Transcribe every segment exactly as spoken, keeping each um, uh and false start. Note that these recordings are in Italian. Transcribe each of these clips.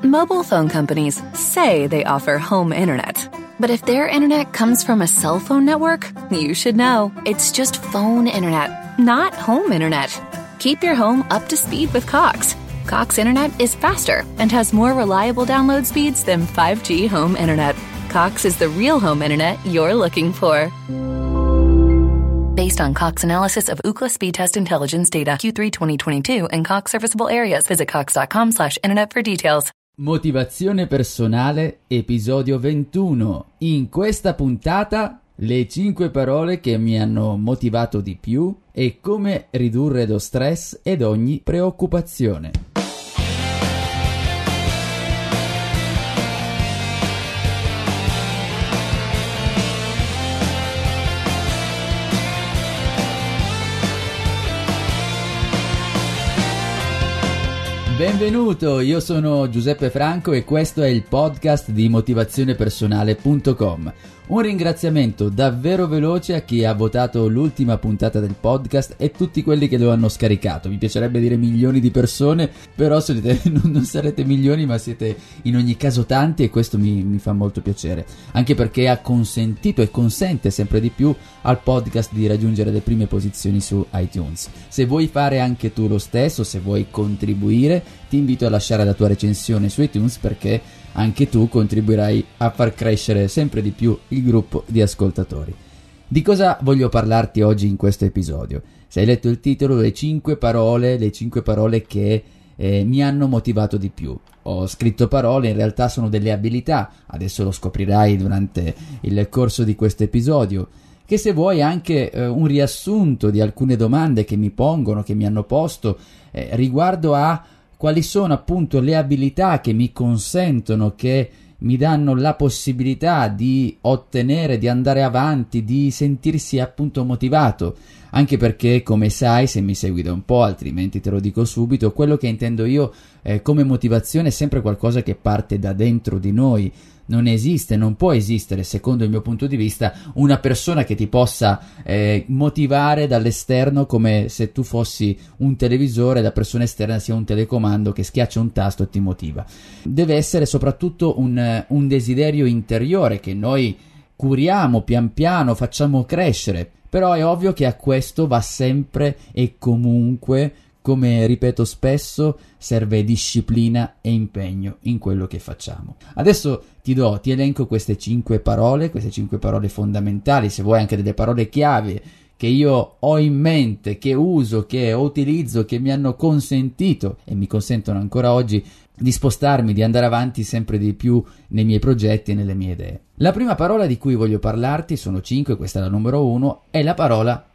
Mobile phone companies say they offer home internet. But if their internet comes from a cell phone network, you should know. It's just phone internet, not home internet. Keep your home up to speed with Cox. Cox Internet is faster and has more reliable download speeds than five G home internet. Cox is the real home internet you're looking for. Based on Cox analysis of Ookla speed test intelligence data Q three twenty twenty-two and Cox serviceable areas. Visit cox.com slash internet for details. Motivazione personale, episodio ventuno. In questa puntata, le cinque parole che mi hanno motivato di più e come ridurre lo stress ed ogni preoccupazione. Benvenuto, io sono Giuseppe Franco e questo è il podcast di motivazione personale punto com. Un ringraziamento davvero veloce a chi ha votato l'ultima puntata del podcast e tutti quelli che lo hanno scaricato. Mi piacerebbe dire milioni di persone, però siete, non sarete milioni, ma siete in ogni caso tanti e questo mi, mi fa molto piacere. Anche perché ha consentito e consente sempre di più al podcast di raggiungere le prime posizioni su iTunes. Se vuoi fare anche tu lo stesso, se vuoi contribuire, ti invito a lasciare la tua recensione su iTunes perché anche tu contribuirai a far crescere sempre di più il gruppo di ascoltatori. Di cosa voglio parlarti oggi in questo episodio? Se hai letto il titolo, le cinque parole, le cinque parole che eh, mi hanno motivato di più. Ho scritto parole, in realtà sono delle abilità, adesso lo scoprirai durante il corso di questo episodio, che se vuoi anche eh, un riassunto di alcune domande che mi pongono, che mi hanno posto eh, riguardo a quali sono appunto le abilità che mi consentono, che mi danno la possibilità di ottenere, di andare avanti, di sentirsi appunto motivato. Anche perché, come sai, se mi segui da un po', altrimenti te lo dico subito, quello che intendo io eh, come motivazione è sempre qualcosa che parte da dentro di noi. Non esiste, non può esistere, secondo il mio punto di vista, una persona che ti possa eh, motivare dall'esterno come se tu fossi un televisore e la persona esterna sia un telecomando che schiaccia un tasto e ti motiva. Deve essere soprattutto un, un desiderio interiore che noi curiamo pian piano, facciamo crescere, però è ovvio che a questo va sempre e comunque, come ripeto spesso, serve disciplina e impegno in quello che facciamo. Adesso ti do, ti elenco queste cinque parole, queste cinque parole fondamentali, se vuoi anche delle parole chiave che io ho in mente, che uso, che utilizzo, che mi hanno consentito e mi consentono ancora oggi di spostarmi, di andare avanti sempre di più nei miei progetti e nelle mie idee. La prima parola di cui voglio parlarti, sono cinque, questa è la numero uno, è la parola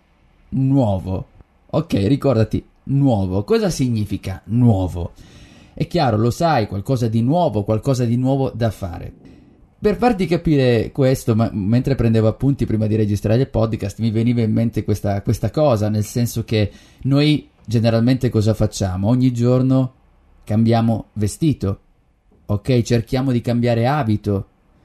nuovo. Ok, ricordati, nuovo. Cosa significa nuovo? È chiaro, lo sai, qualcosa di nuovo, qualcosa di nuovo da fare. Per farti capire questo, ma mentre prendevo appunti prima di registrare il podcast, mi veniva in mente questa, questa cosa, nel senso che noi generalmente cosa facciamo? Ogni giorno cambiamo vestito, ok? Cerchiamo di cambiare abito.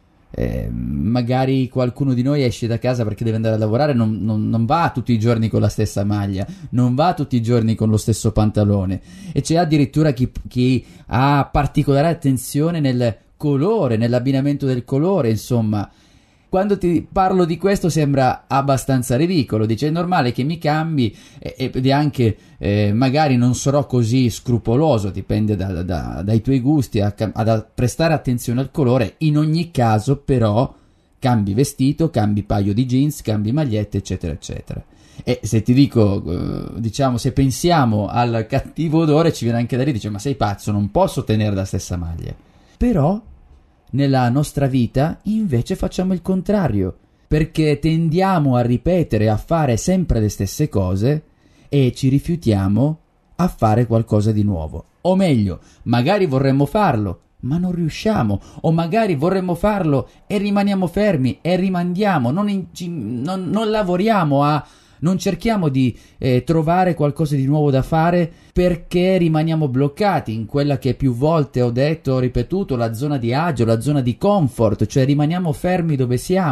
Eh, magari qualcuno di noi esce da casa perché deve andare a lavorare, non, non, non va tutti i giorni con la stessa maglia, non va tutti i giorni con lo stesso pantalone e c'è addirittura chi, chi ha particolare attenzione nel colore, nell'abbinamento del colore. Insomma, quando ti parlo di questo sembra abbastanza ridicolo, dice è normale che mi cambi ed è anche eh, magari non sarò così scrupoloso, dipende da, da, dai tuoi gusti a, a prestare attenzione al colore. In ogni caso però cambi vestito, cambi paio di jeans, cambi magliette eccetera eccetera. E se ti dico eh, diciamo se pensiamo al cattivo odore ci viene anche da ridere, dice ma sei pazzo, non posso tenere la stessa maglia. Però nella nostra vita invece facciamo il contrario, perché tendiamo a ripetere, a fare sempre le stesse cose e ci rifiutiamo a fare qualcosa di nuovo. O meglio, magari vorremmo farlo, ma non riusciamo, o magari vorremmo farlo e rimaniamo fermi e rimandiamo, non, in, non, non lavoriamo a... Non cerchiamo di eh, trovare qualcosa di nuovo da fare perché rimaniamo bloccati in quella che più volte ho detto, ho ripetuto, la zona di agio, la zona di comfort, cioè rimaniamo fermi dove siamo.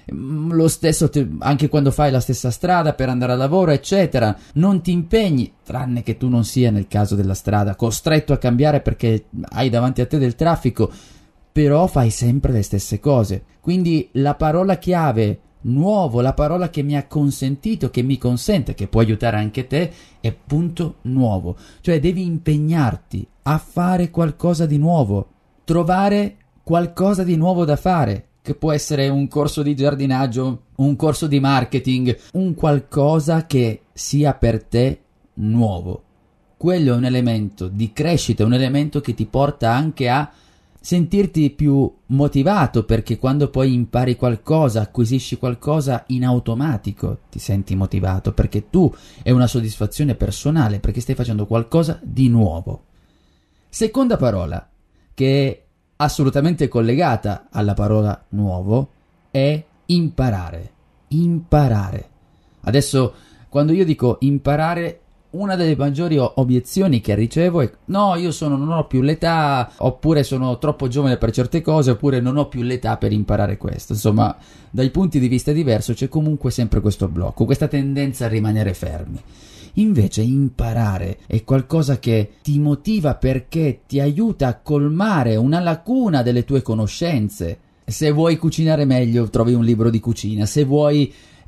lo stesso te, anche quando fai la stessa strada per andare al lavoro, eccetera. Non ti impegni, tranne che tu non sia, nel caso della strada, costretto a cambiare perché hai davanti a te del traffico, però fai sempre le stesse cose. Quindi la parola chiave nuovo, la parola che mi ha consentito, che mi consente, che può aiutare anche te, è appunto nuovo. Cioè devi impegnarti a fare qualcosa di nuovo, trovare qualcosa di nuovo da fare, che può essere un corso di giardinaggio, un corso di marketing, un qualcosa che sia per te nuovo. Quello è un elemento di crescita, un elemento che ti porta anche a sentirti più motivato, perché quando poi impari qualcosa, acquisisci qualcosa, in automatico ti senti motivato, perché tu è una soddisfazione personale, perché stai facendo qualcosa di nuovo. Seconda parola, che è assolutamente collegata alla parola nuovo, è imparare. Imparare. Adesso, quando io dico imparare, una delle maggiori obiezioni che ricevo è: no, io sono, non ho più l'età, oppure sono troppo giovane per certe cose, oppure non ho più l'età per imparare questo. Insomma, dai punti di vista diversi c'è comunque sempre questo blocco, questa tendenza a rimanere fermi. Invece imparare è qualcosa che ti motiva, perché ti aiuta a colmare una lacuna delle tue conoscenze. Se vuoi cucinare meglio, trovi un libro di cucina. Se vuoi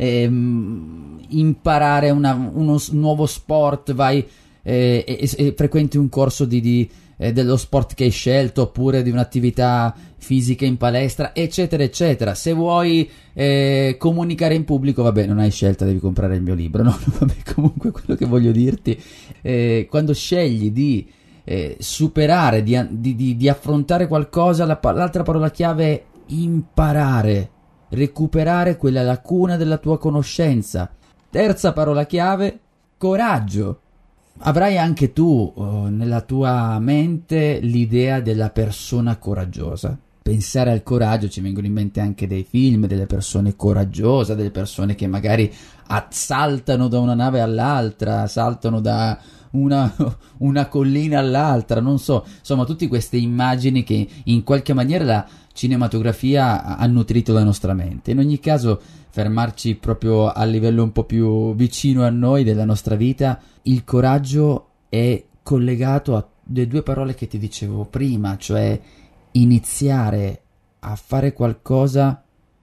ehm, imparare una, uno nuovo sport, vai eh, e, e frequenti un corso di, di, eh, dello sport che hai scelto, oppure di un'attività fisica in palestra, eccetera eccetera. Se vuoi eh, comunicare in pubblico, vabbè, non hai scelta, devi comprare il mio libro, no? Vabbè, comunque quello che voglio dirti, eh, quando scegli di eh, superare, di, di, di, di affrontare qualcosa, la, l'altra parola chiave è imparare, recuperare quella lacuna della tua conoscenza. Terza parola chiave, coraggio. Avrai anche tu oh, nella tua mente l'idea della persona coraggiosa. Pensare al coraggio, ci vengono in mente anche dei film delle persone coraggiose, delle persone che magari saltano da una nave all'altra, saltano da una, una collina all'altra, non so, insomma tutte queste immagini che in qualche maniera la cinematografia ha nutrito la nostra mente. In ogni caso, fermarci proprio a livello un po' più vicino a noi della nostra vita, il coraggio è collegato a le due parole che ti dicevo prima, cioè iniziare a fare qualcosa,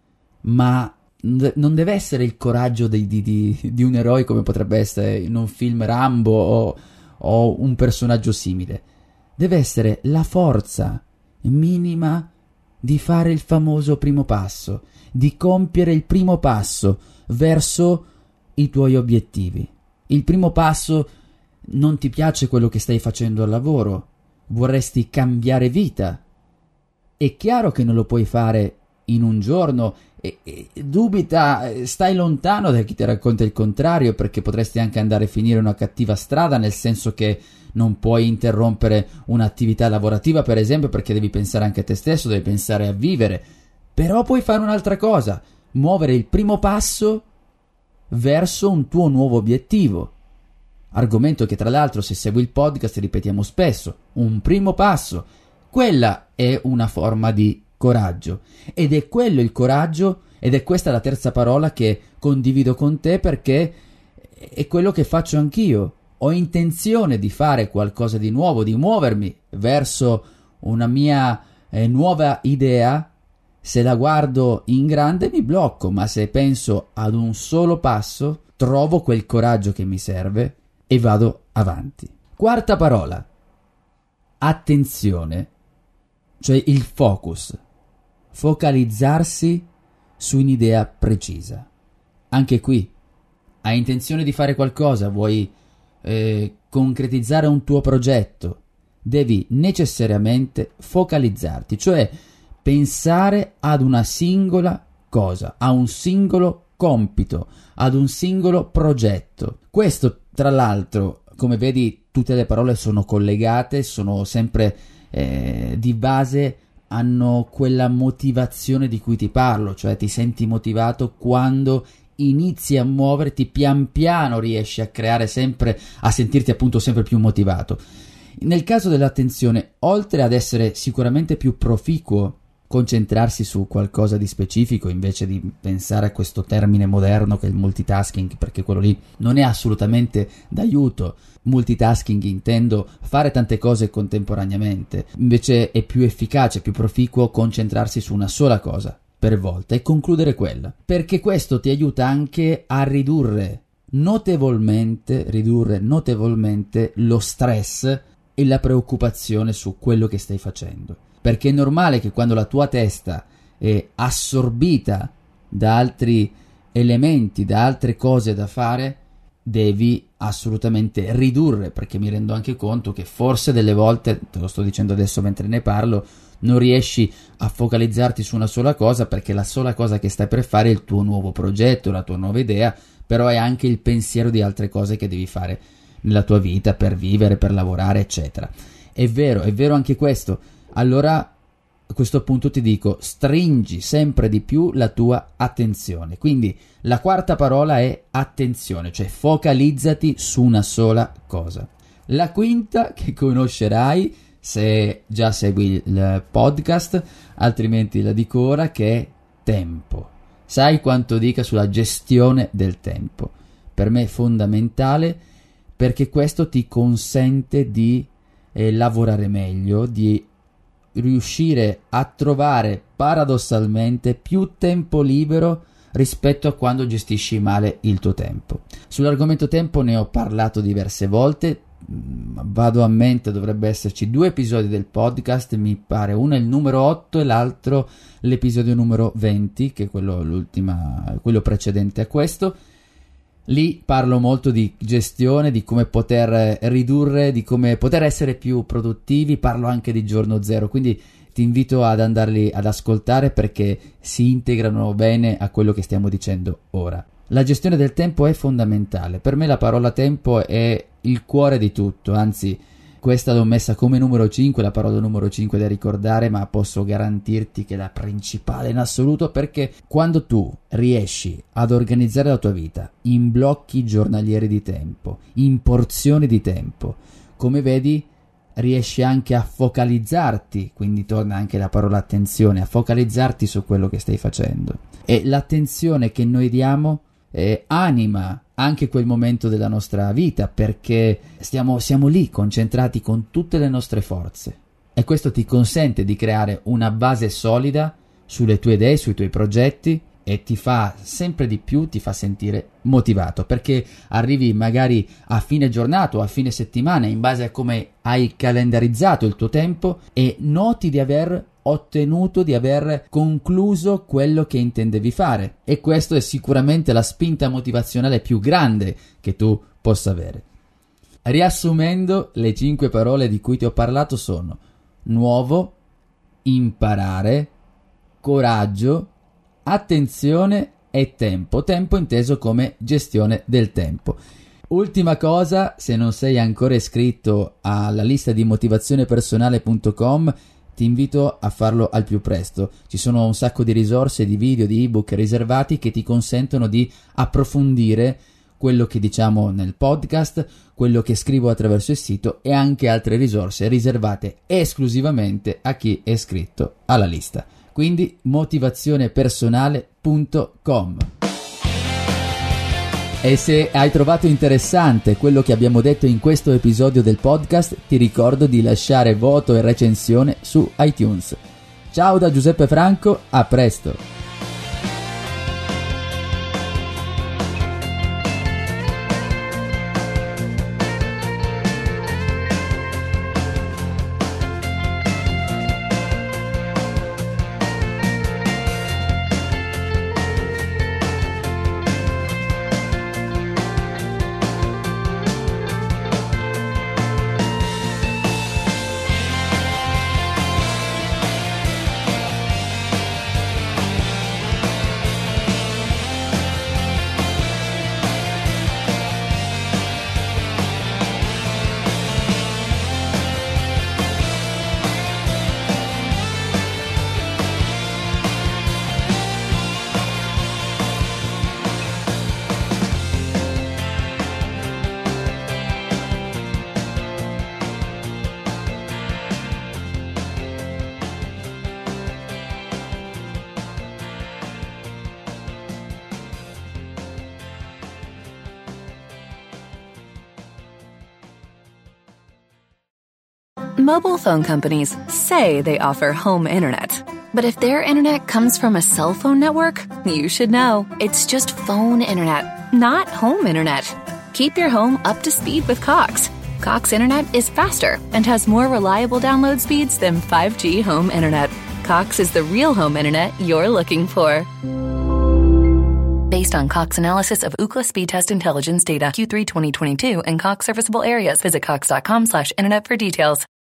ma non deve essere il coraggio di, di, di, di un eroe, come potrebbe essere in un film Rambo o, o un personaggio simile. Deve essere la forza minima di fare il famoso primo passo, di compiere il primo passo verso i tuoi obiettivi. Il primo passo: non ti piace quello che stai facendo al lavoro, vorresti cambiare vita. È chiaro che non lo puoi fare in un giorno, e, e dubita, stai lontano da chi ti racconta il contrario, perché potresti anche andare a finire una cattiva strada, nel senso che non puoi interrompere un'attività lavorativa, per esempio, perché devi pensare anche a te stesso, devi pensare a vivere. Però puoi fare un'altra cosa: muovere il primo passo verso un tuo nuovo obiettivo. Argomento che tra l'altro, se segui il podcast, ripetiamo spesso. Un primo passo. Quella è una forma di coraggio. Ed è quello il coraggio, ed è questa la terza parola che condivido con te, perché è quello che faccio anch'io. Ho intenzione di fare qualcosa di nuovo, di muovermi verso una mia eh, nuova idea. Se la guardo in grande mi blocco, ma se penso ad un solo passo, trovo quel coraggio che mi serve e vado avanti. Quarta parola: attenzione, cioè il focus. Focalizzarsi su un'idea precisa. Anche qui, hai intenzione di fare qualcosa, vuoi eh, concretizzare un tuo progetto, devi necessariamente focalizzarti, cioè pensare ad una singola cosa, a un singolo compito, ad un singolo progetto. Questo, tra l'altro, come vedi, tutte le parole sono collegate, sono sempre eh, di base, hanno quella motivazione di cui ti parlo, cioè ti senti motivato quando inizi a muoverti, pian piano riesci a creare sempre, a sentirti appunto sempre più motivato. Nel caso dell'attenzione, oltre ad essere sicuramente più proficuo concentrarsi su qualcosa di specifico invece di pensare a questo termine moderno che è il multitasking, perché quello lì non è assolutamente d'aiuto. Multitasking intendo fare tante cose contemporaneamente, invece è più efficace, più proficuo concentrarsi su una sola cosa per volta e concludere quella, perché questo ti aiuta anche a ridurre notevolmente ridurre notevolmente lo stress e la preoccupazione su quello che stai facendo, perché è normale che quando la tua testa è assorbita da altri elementi, da altre cose da fare, devi assolutamente ridurre, perché mi rendo anche conto che forse delle volte, te lo sto dicendo adesso mentre ne parlo, non riesci a focalizzarti su una sola cosa, perché la sola cosa che stai per fare è il tuo nuovo progetto, la tua nuova idea, però è anche il pensiero di altre cose che devi fare nella tua vita per vivere, per lavorare, eccetera. È vero, è vero anche questo. Allora a questo punto ti dico, stringi sempre di più la tua attenzione. Quindi la quarta parola è attenzione, cioè focalizzati su una sola cosa. La quinta, che conoscerai se già segui il podcast, altrimenti la dico ora, che è tempo. Sai quanto dica sulla gestione del tempo? Per me è fondamentale, perché questo ti consente di eh, lavorare meglio, di riuscire a trovare paradossalmente più tempo libero rispetto a quando gestisci male il tuo tempo. Sull'argomento tempo ne ho parlato diverse volte, vado a mente, dovrebbe esserci due episodi del podcast, mi pare uno è il numero otto e l'altro l'episodio numero venti, che è quello, l'ultima, quello precedente a questo. Lì parlo molto di gestione, di come poter ridurre, di come poter essere più produttivi, parlo anche di giorno zero, quindi ti invito ad andarli ad ascoltare perché si integrano bene a quello che stiamo dicendo ora. La gestione del tempo è fondamentale, per me la parola tempo è il cuore di tutto, anzi questa l'ho messa come numero cinque, la parola numero cinque da ricordare, ma posso garantirti che è la principale in assoluto, perché quando tu riesci ad organizzare la tua vita in blocchi giornalieri di tempo, in porzioni di tempo, come vedi riesci anche a focalizzarti, quindi torna anche la parola attenzione, a focalizzarti su quello che stai facendo. E l'attenzione che noi diamo eh, anima anche quel momento della nostra vita, perché stiamo, siamo lì concentrati con tutte le nostre forze, e questo ti consente di creare una base solida sulle tue idee, sui tuoi progetti, e ti fa sempre di più, ti fa sentire motivato, perché arrivi magari a fine giornata o a fine settimana in base a come hai calendarizzato il tuo tempo e noti di aver ottenuto, di aver concluso quello che intendevi fare, e questo è sicuramente la spinta motivazionale più grande che tu possa avere. Riassumendo, le cinque parole di cui ti ho parlato sono nuovo, imparare, coraggio, attenzione e tempo, tempo inteso come gestione del tempo. Ultima cosa, se non sei ancora iscritto alla lista di motivazione personale punto com, ti invito a farlo al più presto. Ci sono un sacco di risorse, di video, di ebook riservati che ti consentono di approfondire quello che diciamo nel podcast, quello che scrivo attraverso il sito, e anche altre risorse riservate esclusivamente a chi è iscritto alla lista. Quindi motivazione personale punto com. E se hai trovato interessante quello che abbiamo detto in questo episodio del podcast, ti ricordo di lasciare voto e recensione su iTunes. Ciao da Giuseppe Franco, a presto! Mobile phone companies say they offer home internet. But if their internet comes from a cell phone network, you should know. It's just phone internet, not home internet. Keep your home up to speed with Cox. Cox Internet is faster and has more reliable download speeds than five G home internet. Cox is the real home internet you're looking for. Based on Cox analysis of Ookla speed test intelligence data Q three twenty twenty-two and Cox serviceable areas, visit cox dot com slash internet for details.